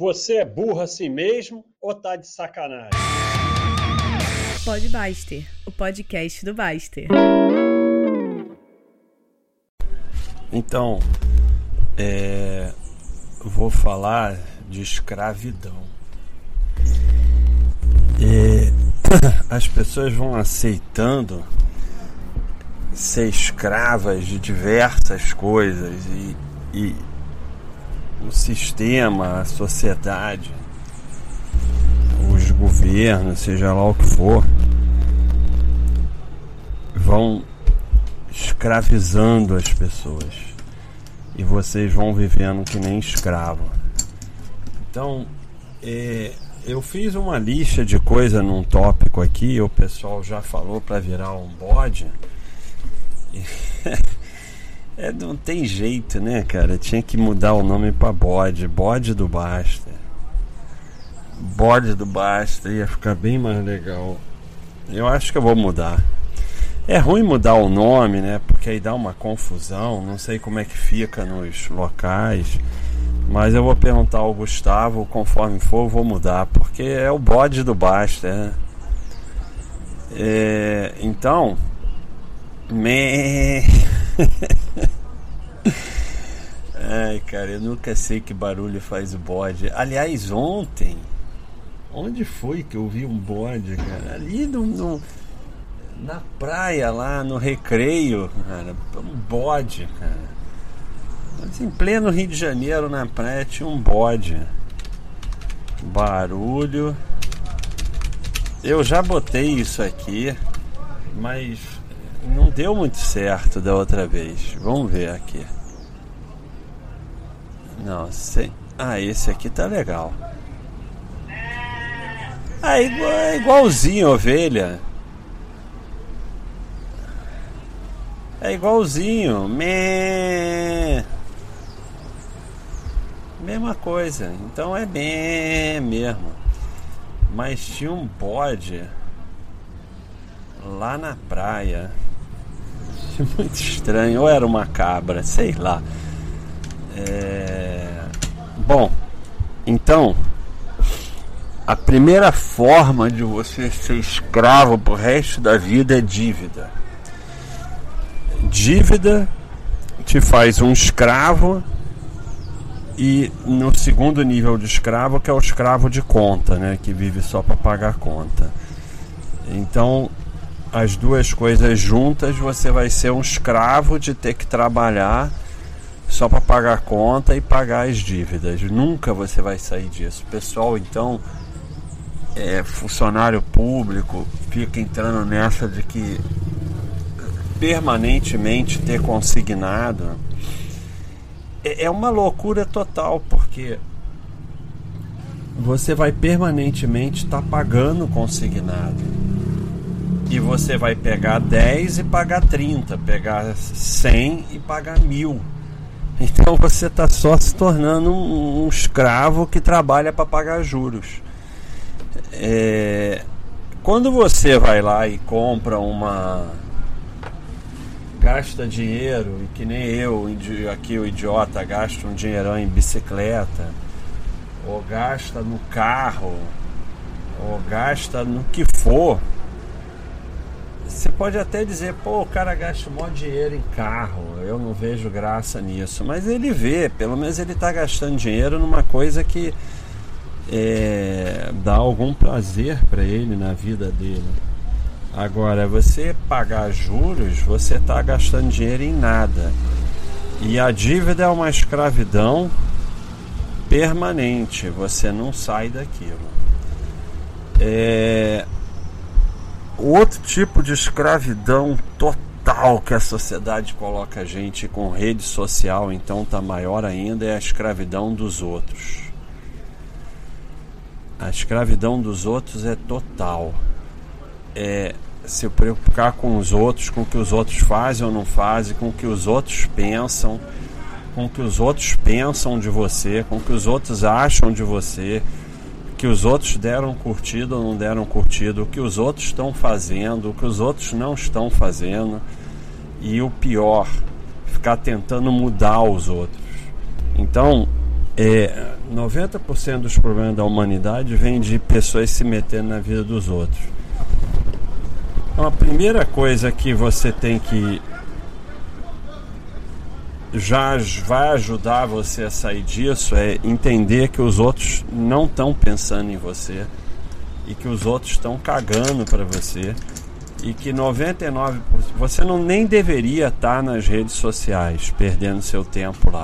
Você é burro assim mesmo ou tá de sacanagem? Pode Baster, o podcast do Baster. Então, vou falar de escravidão. As pessoas vão aceitando ser escravas de diversas coisas e o sistema, a sociedade, os governos, seja lá o que for, vão escravizando as pessoas e vocês vão vivendo que nem escravo. Então, eu fiz uma lista de coisa num tópico aqui, o pessoal já falou para virar um bode. Não tem jeito, né, cara? Tinha que mudar o nome pra bode. Bode do Baster. Bode do Baster ia ficar bem mais legal. Eu acho que eu vou mudar. É ruim mudar o nome, né? Porque aí dá uma confusão. Não sei como é que fica nos locais. Mas eu vou perguntar ao Gustavo. Conforme for, eu vou mudar. Porque é o bode do Baster, né? Então... Ai, cara, eu nunca sei que barulho faz o bode. Aliás, ontem, onde foi que eu vi um bode, cara? Ali na praia, lá no Recreio, cara, um bode, cara. Mas em pleno Rio de Janeiro, na praia, tinha um bode. Barulho. Eu já botei isso aqui, mas não deu muito certo da outra vez. Vamos ver aqui. Não sei. Esse aqui tá legal. É igualzinho ovelha. É igualzinho. Mesma coisa. Então é mesmo. Mas tinha um bode lá na praia. Muito estranho. Ou era uma cabra, sei lá. Bom, então a primeira forma de você ser escravo pro resto da vida é dívida. Dívida te faz um escravo. E no segundo nível de escravo, que é o escravo de conta, né? Que vive só para pagar conta. Então, as duas coisas juntas, você vai ser um escravo de ter que trabalhar só para pagar conta e pagar as dívidas. Nunca você vai sair disso. O pessoal, então, funcionário público, fica entrando nessa de que permanentemente ter consignado. É uma loucura total, porque você vai permanentemente estar pagando consignado. E você vai pegar 10 e pagar 30, pegar 100 e pagar 1000. Então você está só se tornando um escravo que trabalha para pagar juros. Quando você vai lá e compra gasta dinheiro, e que nem eu aqui, o idiota, gasta um dinheirão em bicicleta, ou gasta no carro, ou gasta no que for, você pode até dizer, o cara gasta um monte de dinheiro em carro, eu não vejo graça nisso, mas ele vê, pelo menos ele está gastando dinheiro numa coisa que dá algum prazer para ele na vida dele. Agora, você pagar juros, você está gastando dinheiro em nada. E a dívida é uma escravidão permanente, você não sai daquilo. Outro tipo de escravidão total que a sociedade coloca a gente com rede social, então está maior ainda, é a escravidão dos outros. A escravidão dos outros é total. Se preocupar com os outros, com o que os outros fazem ou não fazem, com o que os outros pensam, com o que os outros pensam de você, com o que os outros acham de você, que os outros deram curtida ou não deram curtida, o que os outros estão fazendo, o que os outros não estão fazendo, e o pior, ficar tentando mudar os outros. Então, 90% dos problemas da humanidade vem de pessoas se metendo na vida dos outros. Então, a primeira coisa que você tem que já vai ajudar você a sair disso é entender que os outros não estão pensando em você e que os outros estão cagando para você e que 99% você nem deveria estar nas redes sociais perdendo seu tempo lá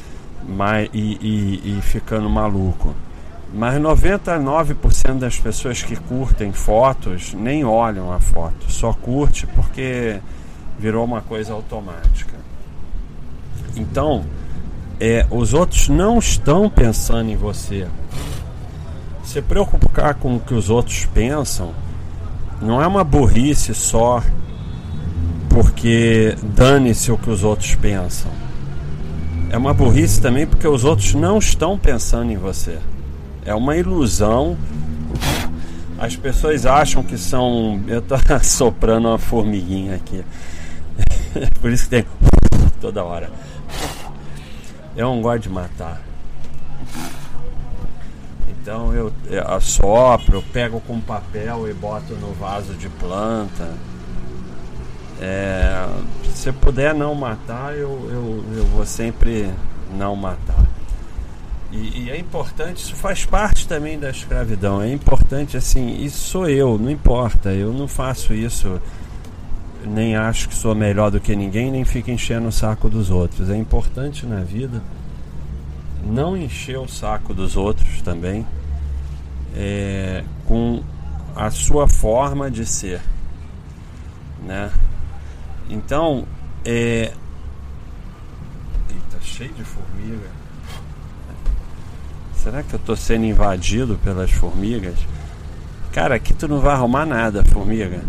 e ficando maluco. Mas 99% das pessoas que curtem fotos nem olham a foto, só curte porque virou uma coisa automática. Então, os outros não estão pensando em você. Se preocupar com o que os outros pensam não é uma burrice só porque dane-se o que os outros pensam. É uma burrice também porque os outros não estão pensando em você. É uma ilusão. As pessoas acham que são... Eu tô soprando uma formiguinha aqui. Por isso que tem toda hora. Eu não gosto de matar. Então eu assopro, eu pego com papel e boto no vaso de planta. Se puder não matar, eu vou sempre não matar. E é importante, isso faz parte também da escravidão. É importante, assim, isso sou eu, não importa. Eu não faço isso, nem acho que sou melhor do que ninguém, nem fico enchendo o saco dos outros. É importante na vida não encher o saco dos outros também, com a sua forma de ser, né? Então, eita, cheio de formiga. Será que eu tô sendo invadido pelas formigas? Cara, aqui tu não vai arrumar nada, formiga.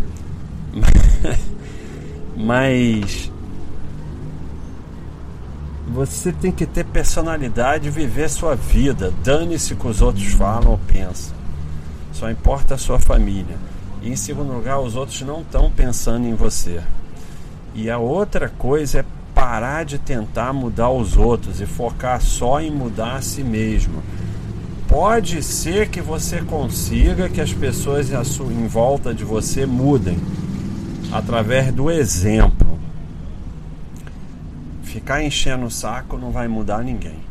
Mas você tem que ter personalidade e viver sua vida. Dane-se que os outros falam ou pensam. Só importa a sua família. E em segundo lugar, os outros não estão pensando em você. E a outra coisa é parar de tentar mudar os outros e focar só em mudar a si mesmo. Pode ser que você consiga que as pessoas em volta de você mudem através do exemplo. Ficar enchendo o saco não vai mudar ninguém.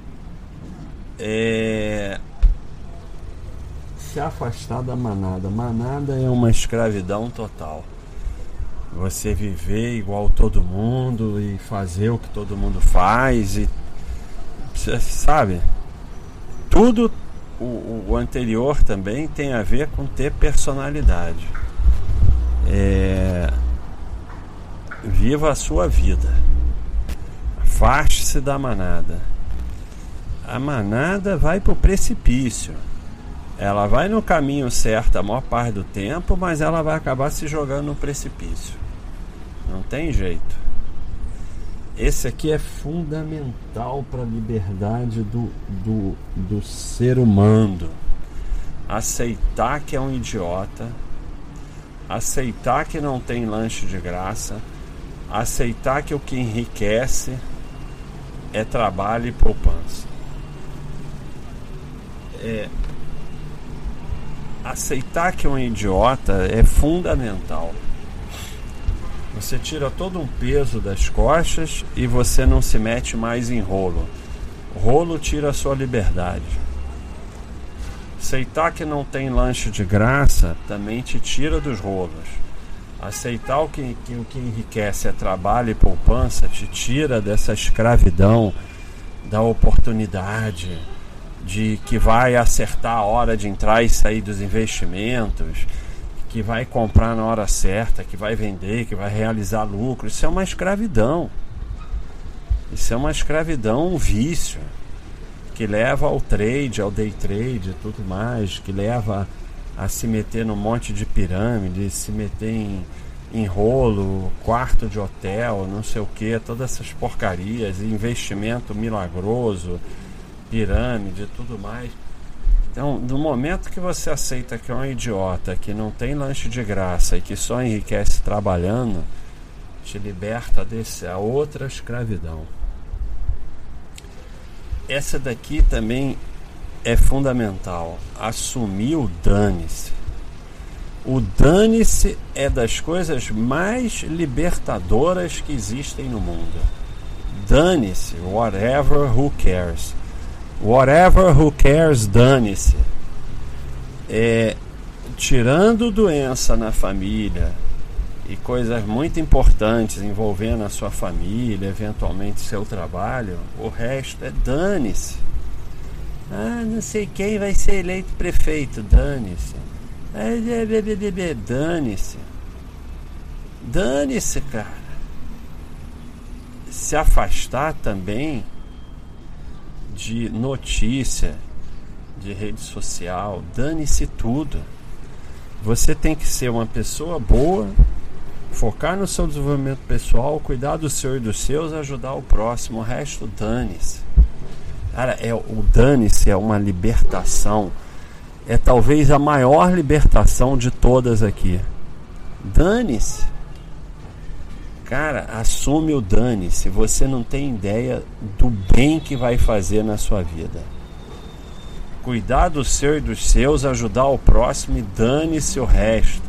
Se afastar da manada. Manada é uma escravidão total. Você viver igual todo mundo e fazer o que todo mundo faz e você sabe, tudo o anterior também tem a ver com ter personalidade. Viva a sua vida, afaste-se da manada. A manada vai pro precipício. Ela vai no caminho certo a maior parte do tempo, mas ela vai acabar se jogando no precipício. Não tem jeito. Esse aqui é fundamental para a liberdade do ser humano. Aceitar que é um idiota, aceitar que não tem lanche de graça, aceitar que o que enriquece é trabalho e poupança. Aceitar que é um idiota é fundamental. Você tira todo um peso das costas e você não se mete mais em rolo. Rolo tira a sua liberdade. Aceitar que não tem lanche de graça também te tira dos rolos. Aceitar que o que enriquece é trabalho e poupança te tira dessa escravidão da oportunidade, de que vai acertar a hora de entrar e sair dos investimentos, que vai comprar na hora certa, que vai vender, que vai realizar lucro. Isso é uma escravidão. Isso é uma escravidão, um vício que leva ao trade, ao day trade e tudo mais, que leva a se meter num monte de pirâmide, se meter em rolo, quarto de hotel, não sei o que, todas essas porcarias, investimento milagroso, pirâmide e tudo mais. Então, no momento que você aceita que é um idiota, que não tem lanche de graça e que só enriquece trabalhando, te liberta dessa outra escravidão. essa daqui também é fundamental. Assumir o dane-se. O dane-se é das coisas mais libertadoras que existem no mundo. Dane-se, whatever, who cares. Whatever, who cares, dane-se. Tirando doença na família e coisas muito importantes envolvendo a sua família, eventualmente seu trabalho, o resto é dane-se. Não sei quem vai ser eleito prefeito, dane-se. Dane-se. Dane-se, cara. Se afastar também de notícia, de rede social, dane-se tudo. Você tem que ser uma pessoa boa, focar no seu desenvolvimento pessoal, cuidar do seu e dos seus, ajudar o próximo. O resto, dane-se. Cara, o dane-se é uma libertação. É talvez a maior libertação de todas aqui. Dane-se. Cara, assume o dane-se. Você não tem ideia do bem que vai fazer na sua vida. Cuidar do seu e dos seus, ajudar o próximo e dane-se o resto.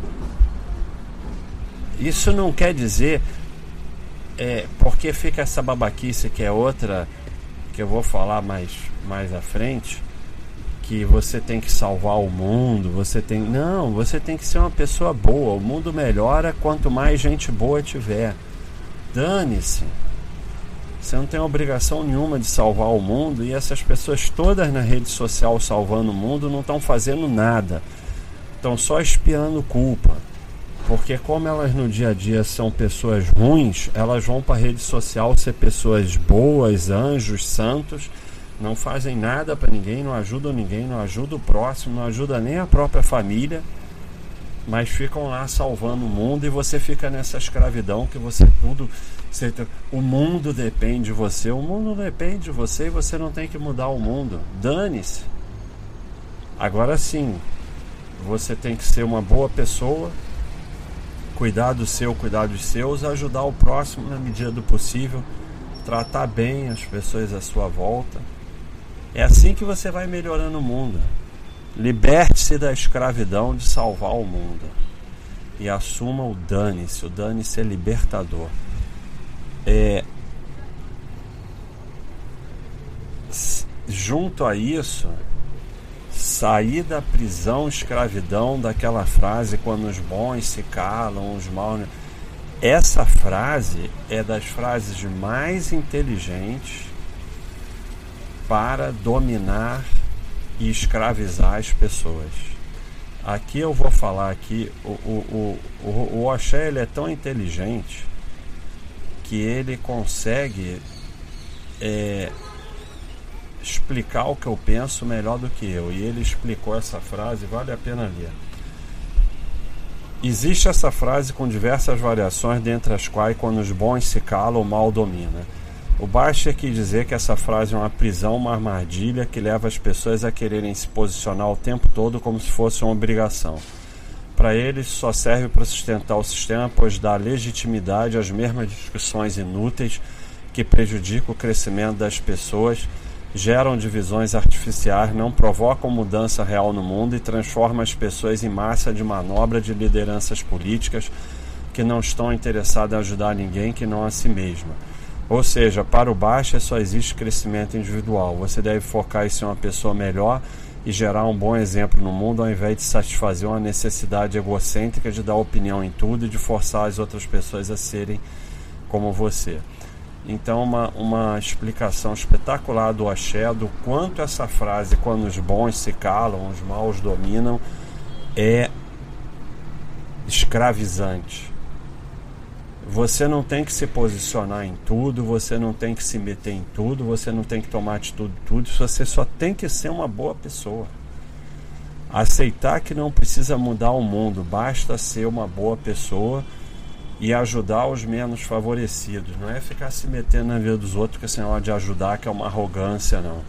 Isso não quer dizer porque fica essa babaquice que é outra, que eu vou falar mais à frente, que você tem que salvar o mundo, você tem que ser uma pessoa boa. O mundo melhora quanto mais gente boa tiver. Dane-se. Você não tem obrigação nenhuma de salvar o mundo, e essas pessoas todas na rede social salvando o mundo não estão fazendo nada, estão só espiando culpa, porque como elas no dia a dia são pessoas ruins, elas vão para a rede social ser pessoas boas, anjos, santos, não fazem nada para ninguém, não ajudam ninguém, não ajudam o próximo, não ajudam nem a própria família, mas ficam lá salvando o mundo, e você fica nessa escravidão que o mundo depende de você. O mundo depende de você e você não tem que mudar o mundo. Dane-se. Agora sim, você tem que ser uma boa pessoa, cuidar do seu, cuidar dos seus, ajudar o próximo na medida do possível, tratar bem as pessoas à sua volta. É assim que você vai melhorando o mundo. Liberte-se da escravidão de salvar o mundo e assuma o dane-se. O dane-se é libertador. Junto a isso, sair da prisão, escravidão, daquela frase, quando os bons se calam, os maus. Essa frase é das frases mais inteligentes para dominar e escravizar as pessoas. Aqui eu vou falar aqui, o Axé, ele é tão inteligente que ele consegue explicar o que eu penso melhor do que eu, e ele explicou essa frase, vale a pena ler. Existe essa frase com diversas variações, dentre as quais quando os bons se calam, o mal domina. O Baster quis dizer que essa frase é uma prisão, uma armadilha que leva as pessoas a quererem se posicionar o tempo todo como se fosse uma obrigação. Para ele, isso só serve para sustentar o sistema, pois dá legitimidade às mesmas discussões inúteis que prejudicam o crescimento das pessoas, geram divisões artificiais, não provocam mudança real no mundo e transformam as pessoas em massa de manobra de lideranças políticas que não estão interessadas em ajudar ninguém que não a si mesma. Ou seja, para o Baster só existe crescimento individual. Você deve focar em ser uma pessoa melhor e gerar um bom exemplo no mundo, ao invés de satisfazer uma necessidade egocêntrica de dar opinião em tudo e de forçar as outras pessoas a serem como você. Então, uma explicação espetacular do Axé, do quanto essa frase, quando os bons se calam, os maus dominam, é escravizante. Você não tem que se posicionar em tudo, você não tem que se meter em tudo, você não tem que tomar atitude em tudo, você só tem que ser uma boa pessoa. Aceitar que não precisa mudar o mundo, basta ser uma boa pessoa e ajudar os menos favorecidos. Não é ficar se metendo na vida dos outros, que esse negócio de ajudar que é uma arrogância, não.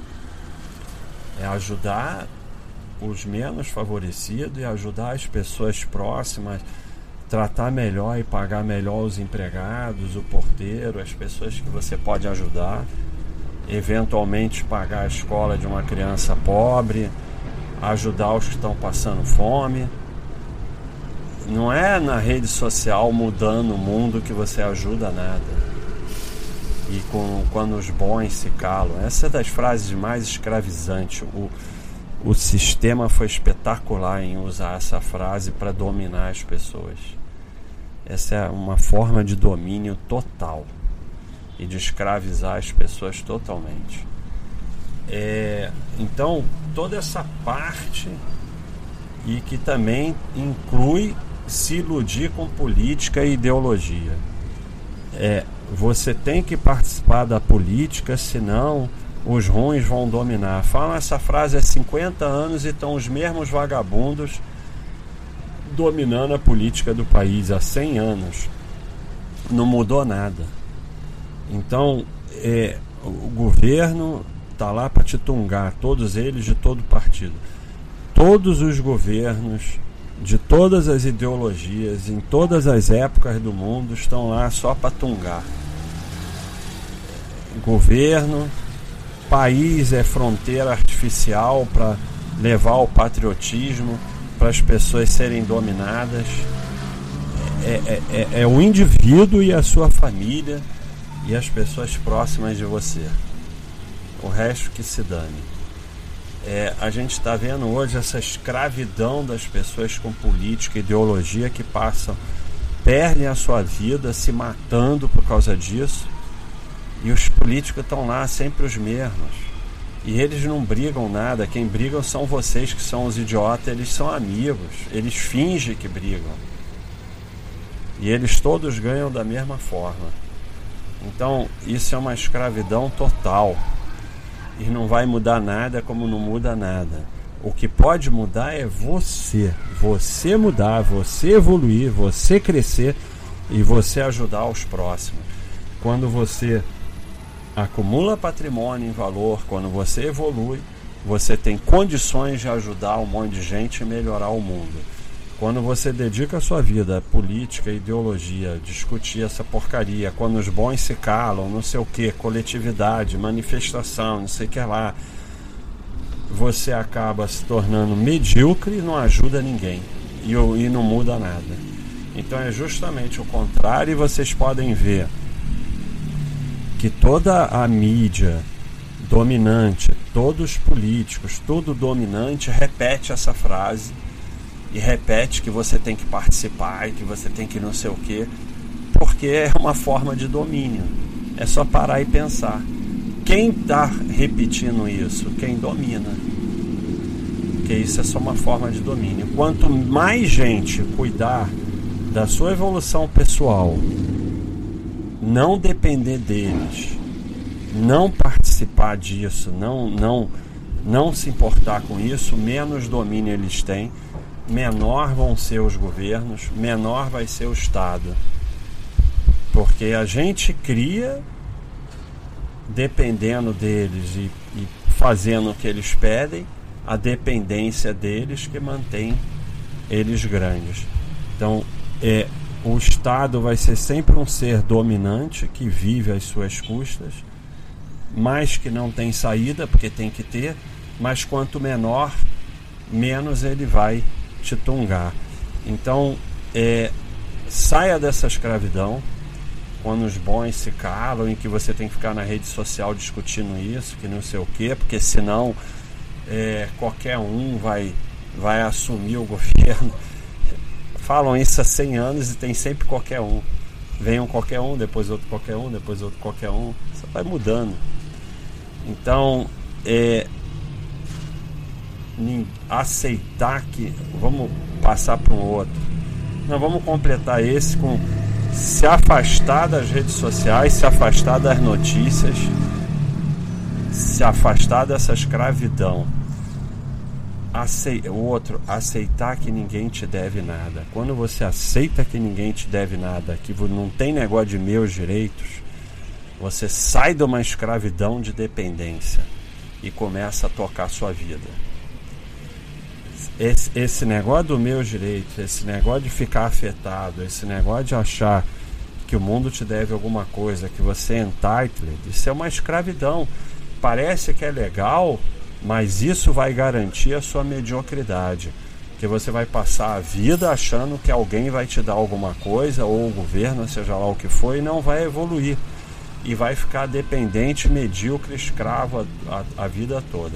É ajudar os menos favorecidos e ajudar as pessoas próximas, tratar melhor e pagar melhor os empregados, o porteiro, as pessoas que você pode ajudar. eventualmente pagar a escola de uma criança pobre, ajudar os que estão passando fome. Não é na rede social mudando o mundo que você ajuda nada. E quando os bons se calam. Essa é das frases mais escravizantes. O sistema foi espetacular em usar essa frase para dominar as pessoas. Essa é uma forma de domínio total e de escravizar as pessoas totalmente. Então, toda essa parte, e que também inclui se iludir com política e ideologia. Você tem que participar da política, senão os ruins vão dominar. Falam essa frase há 50 anos e estão os mesmos vagabundos dominando a política do país há 100 anos. Não mudou nada. Então, o governo está lá para te tungar, todos eles de todo partido. Todos os governos, de todas as ideologias, em todas as épocas do mundo, estão lá só para tungar. Governo, país é fronteira artificial para levar o patriotismo, para as pessoas serem dominadas. É o indivíduo e a sua família e as pessoas próximas de você. O resto que se dane. A gente está vendo hoje essa escravidão das pessoas com política e ideologia que perdem a sua vida se matando por causa disso, e os políticos estão lá sempre os mesmos, e eles não brigam nada. Quem brigam são vocês, que são os idiotas. Eles são amigos, eles fingem que brigam, e eles todos ganham da mesma forma. Então isso é uma escravidão total. E não vai mudar nada, como não muda nada. O que pode mudar é você. Você mudar, você evoluir, você crescer e você ajudar os próximos. Quando você acumula patrimônio em valor, quando você evolui, você tem condições de ajudar um monte de gente e melhorar o mundo. Quando você dedica a sua vida à política, à ideologia, discutir essa porcaria, quando os bons se calam, não sei o que, coletividade, manifestação, não sei o que lá, você acaba se tornando medíocre e não ajuda ninguém, e não muda nada. Então é justamente o contrário, e vocês podem ver que toda a mídia dominante, todos os políticos, todo dominante repete essa frase, e repete que você tem que participar e que você tem que não sei o quê, porque é uma forma de domínio. É só parar e pensar. Quem está repetindo isso? Quem domina. Porque isso é só uma forma de domínio. Quanto mais gente cuidar da sua evolução pessoal, não depender deles, não participar disso, não se importar com isso, menos domínio eles têm, menor vão ser os governos, menor vai ser o Estado. Porque a gente cria dependendo deles e fazendo o que eles pedem, a dependência deles que mantém eles grandes. Então, o Estado vai ser sempre um ser dominante que vive às suas custas, mas que não tem saída, porque tem que ter, mas quanto menor, menos ele vai te tungar. Então, saia dessa escravidão. Quando os bons se calam, em que você tem que ficar na rede social discutindo isso, que não sei o quê, porque senão qualquer um vai assumir o governo. Falam isso há 100 anos e tem sempre qualquer um. Vem um qualquer um, depois outro qualquer um, depois outro qualquer um. Isso vai mudando. Então, aceitar que vamos passar para um outro. Nós vamos completar esse com se afastar das redes sociais, se afastar das notícias, se afastar dessa escravidão. O outro, aceitar que ninguém te deve nada. Quando você aceita que ninguém te deve nada, que não tem negócio de meus direitos, você sai de uma escravidão de dependência e começa a tocar a sua vida. Esse negócio do meus direitos, esse negócio de ficar afetado, esse negócio de achar que o mundo te deve alguma coisa, que você é entitled, isso é uma escravidão. parece que é legal, mas isso vai garantir a sua mediocridade. Porque você vai passar a vida achando que alguém vai te dar alguma coisa, ou o governo, seja lá o que for, e não vai evoluir. E vai ficar dependente, medíocre, escravo a vida toda.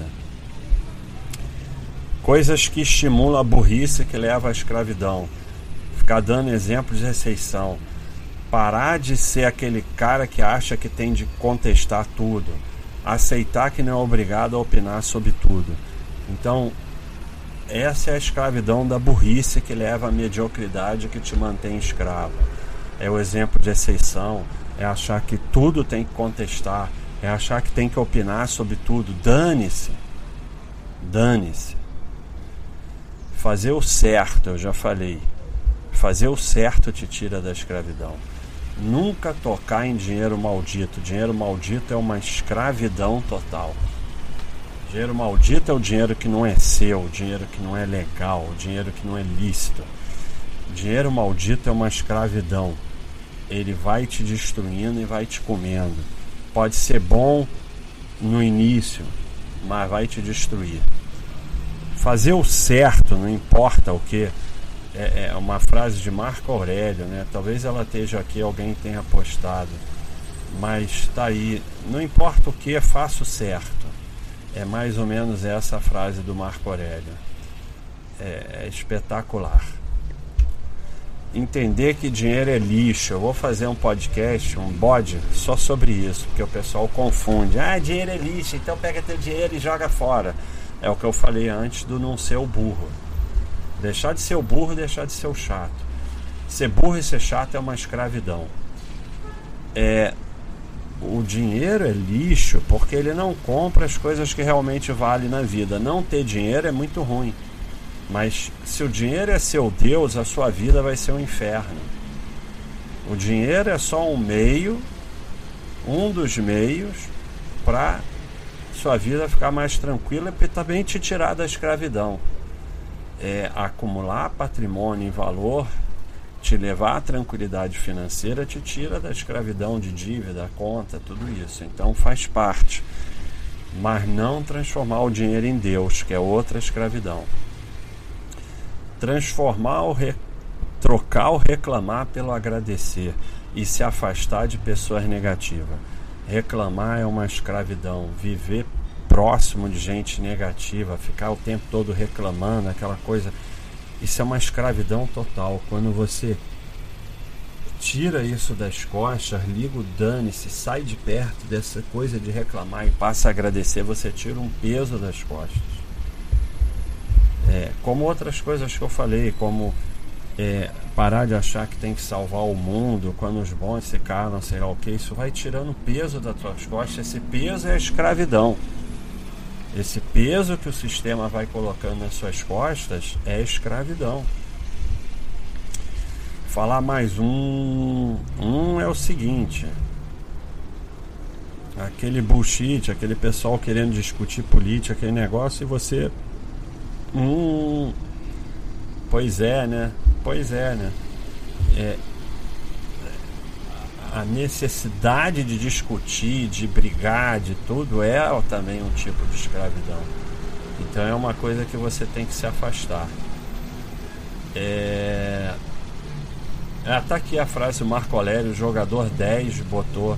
Coisas que estimulam a burrice, que leva à escravidão. Ficar dando exemplos de exceção. Parar de ser aquele cara que acha que tem de contestar tudo. Aceitar que não é obrigado a opinar sobre tudo. Então, essa é a escravidão da burrice que leva à mediocridade, que te mantém escravo. É o exemplo de exceção. É achar que tudo tem que contestar. É achar que tem que opinar sobre tudo. Dane-se. Dane-se. Fazer o certo, eu já falei. Fazer o certo te tira da escravidão. Nunca tocar em dinheiro maldito. Dinheiro maldito é uma escravidão total. Dinheiro maldito é o dinheiro que não é seu, o dinheiro que não é legal, o dinheiro que não é lícito. Dinheiro maldito é uma escravidão. Ele vai te destruindo e vai te comendo. Pode ser bom no início, mas vai te destruir. Fazer o certo, não importa o que. É uma frase de Marco Aurélio, né? Talvez ela esteja aqui, alguém tenha postado, mas está aí. Não importa o que, faça o certo. É mais ou menos essa a frase do Marco Aurélio. É espetacular. Entender que dinheiro é lixo. Eu vou fazer um podcast, um bode, só sobre isso, porque o pessoal confunde. Dinheiro é lixo, então pega teu dinheiro e joga fora. É o que eu falei antes do não ser o burro. Deixar de ser o burro, deixar de ser o chato. Ser burro e ser chato é uma escravidão. O dinheiro é lixo porque ele não compra as coisas que realmente valem na vida. Não ter dinheiro é muito ruim. Mas se o dinheiro é seu Deus, a sua vida vai ser um inferno. O dinheiro é só um meio, um dos meios para sua vida ficar mais tranquila e também te tirar da escravidão. Acumular patrimônio em valor, te levar à tranquilidade financeira, te tira da escravidão de dívida, conta, tudo isso. Então faz parte. Mas não transformar o dinheiro em Deus, que é outra escravidão. Trocar o reclamar pelo agradecer e se afastar de pessoas negativas. Reclamar é uma escravidão. Viver próximo de gente negativa, ficar o tempo todo reclamando, aquela coisa, isso é uma escravidão total. Quando você tira isso das costas, liga o dane-se, sai de perto dessa coisa de reclamar e passa a agradecer, você tira um peso das costas. Como outras coisas que eu falei, como parar de achar que tem que salvar o mundo quando os bons se calam, sei lá o que, isso vai tirando o peso das suas costas. Esse peso é a escravidão. Esse peso que o sistema vai colocando nas suas costas é escravidão. Falar mais um é o seguinte: aquele bullshit, aquele pessoal querendo discutir política, aquele negócio, e você pois é, né? A necessidade de discutir, de brigar, de tudo é também um tipo de escravidão. Então é uma coisa que você tem que se afastar. Tá aqui a frase do Marco Aurélio, o jogador 10 botou.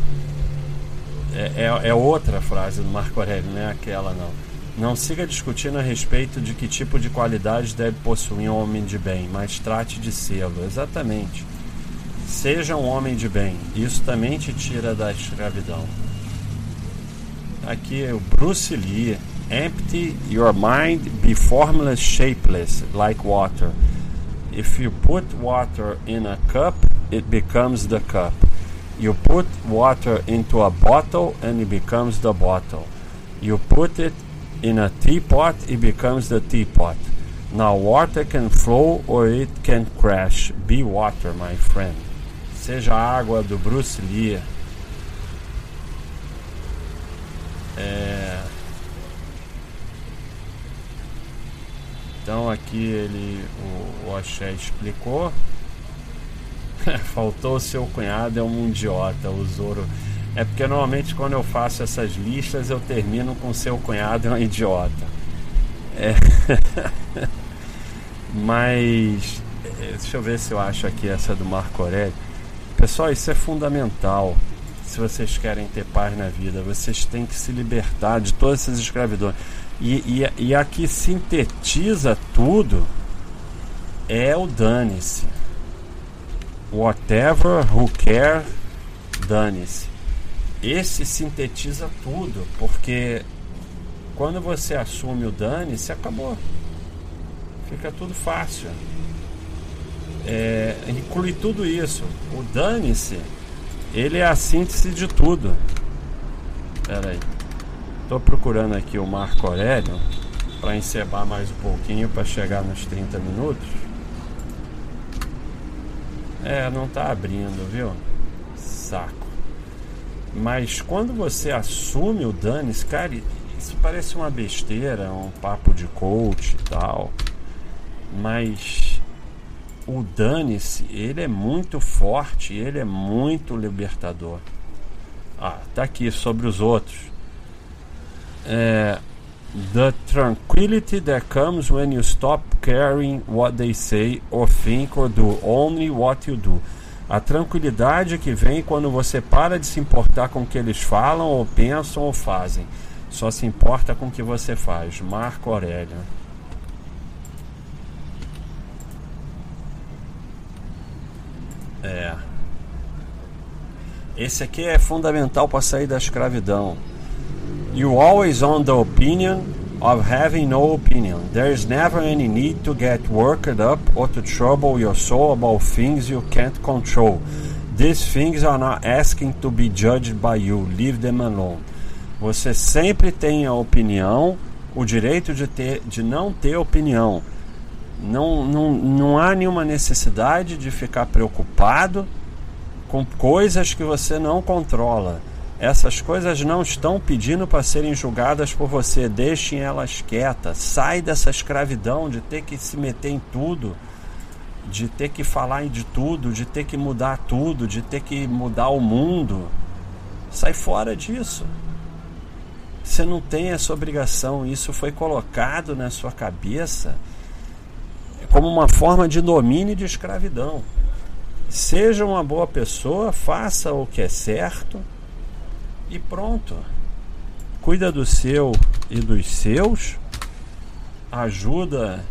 É outra frase do Marco Aurélio, não é aquela não. Não siga discutindo a respeito de que tipo de qualidade deve possuir um homem de bem, mas trate de sê-lo. Exatamente. Seja um homem de bem. Isso também te tira da escravidão. Aqui é o Bruce Lee. Empty your mind, be formless, shapeless, like water. If you put water in a cup, it becomes the cup. You put water into a bottle and it becomes the bottle. You put it in a teapot, it becomes the teapot. Now water can flow or it can crash. Be water, my friend. Seja a água do Bruce Lee. Então aqui o Axé explicou. Faltou o seu cunhado, é um idiota. O Zoro É porque normalmente quando eu faço essas listas eu termino com seu cunhado é um idiota. Mas deixa eu ver se eu acho aqui essa do Marco Aurélio. Pessoal, isso é fundamental. Se vocês querem ter paz na vida, vocês têm que se libertar de todas essas escravidões. E a que sintetiza tudo é o dane-se. Whatever, who care, dane-se. Esse sintetiza tudo, porque quando você assume o dane-se, acabou. Fica tudo fácil. Inclui tudo isso. O dane-se, ele é a síntese de tudo. Espera aí. Estou procurando aqui o Marco Aurélio para encerrar mais um pouquinho para chegar nos 30 minutos. Não está abrindo, viu? Saco. Mas quando você assume o dane-se, cara, isso parece uma besteira, um papo de coach e tal. Mas o dane-se, ele é muito forte, ele é muito libertador. Tá aqui sobre os outros. The tranquility that comes when you stop caring what they say or think or do, only what you do. A tranquilidade que vem quando você para de se importar com o que eles falam ou pensam ou fazem. Só se importa com o que você faz. Marco Aurélio. Esse aqui é fundamental para sair da escravidão. You always own the opinion of having no opinion. There is never any need to get worked up or to trouble your soul about things you can't control. These things are not asking to be judged by you. Leave them alone. Você sempre tem a opinião, o direito de não ter opinião. Não há nenhuma necessidade de ficar preocupado com coisas que você não controla. Essas coisas não estão pedindo para serem julgadas por você. Deixem elas quietas. Sai dessa escravidão de ter que se meter em tudo, de ter que falar de tudo, de ter que mudar tudo, de ter que mudar o mundo. Sai fora disso. Você não tem essa obrigação. Isso foi colocado na sua cabeça como uma forma de domínio e de escravidão. Seja uma boa pessoa, faça o que é certo e pronto. Cuida do seu e dos seus, ajuda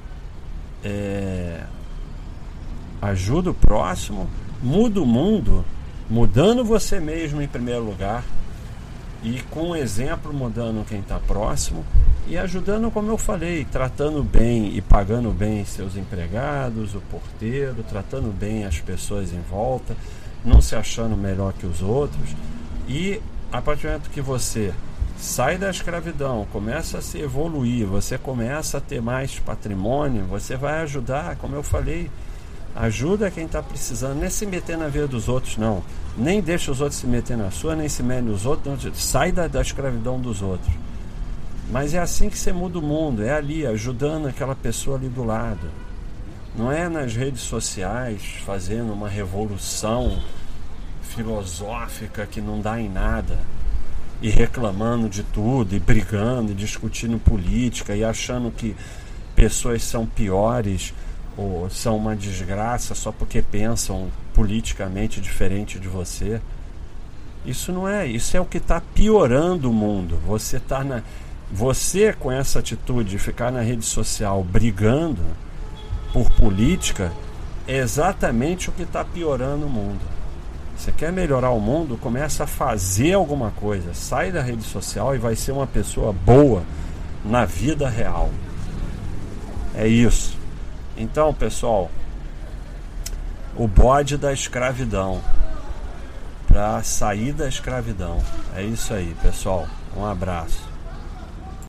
o próximo, muda o mundo, mudando você mesmo em primeiro lugar, e com o exemplo mudando quem está próximo e ajudando, como eu falei, tratando bem e pagando bem seus empregados, o porteiro, tratando bem as pessoas em volta, não se achando melhor que os outros. E a partir do momento que você sai da escravidão, começa a se evoluir, você começa a ter mais patrimônio, você vai ajudar, como eu falei, ajuda quem está precisando. Nem se meter na vida dos outros, não. Nem deixa os outros se meter na sua, nem se mete nos outros, não. Sai da escravidão dos outros. Mas é assim que você muda o mundo, é ali, ajudando aquela pessoa ali do lado. Não é nas redes sociais, fazendo uma revolução filosófica que não dá em nada, e reclamando de tudo, e brigando, e discutindo política, e achando que pessoas são piores ou são uma desgraça só porque pensam politicamente diferente de você. Isso não é, isso é o que está piorando o mundo. Você com essa atitude de ficar na rede social brigando por política é exatamente o que está piorando o mundo. Você quer melhorar o mundo? Começa a fazer alguma coisa. Sai da rede social e vai ser uma pessoa boa na vida real. É isso. Então, pessoal, o bode da escravidão, para sair da escravidão. É isso aí, pessoal. Um abraço.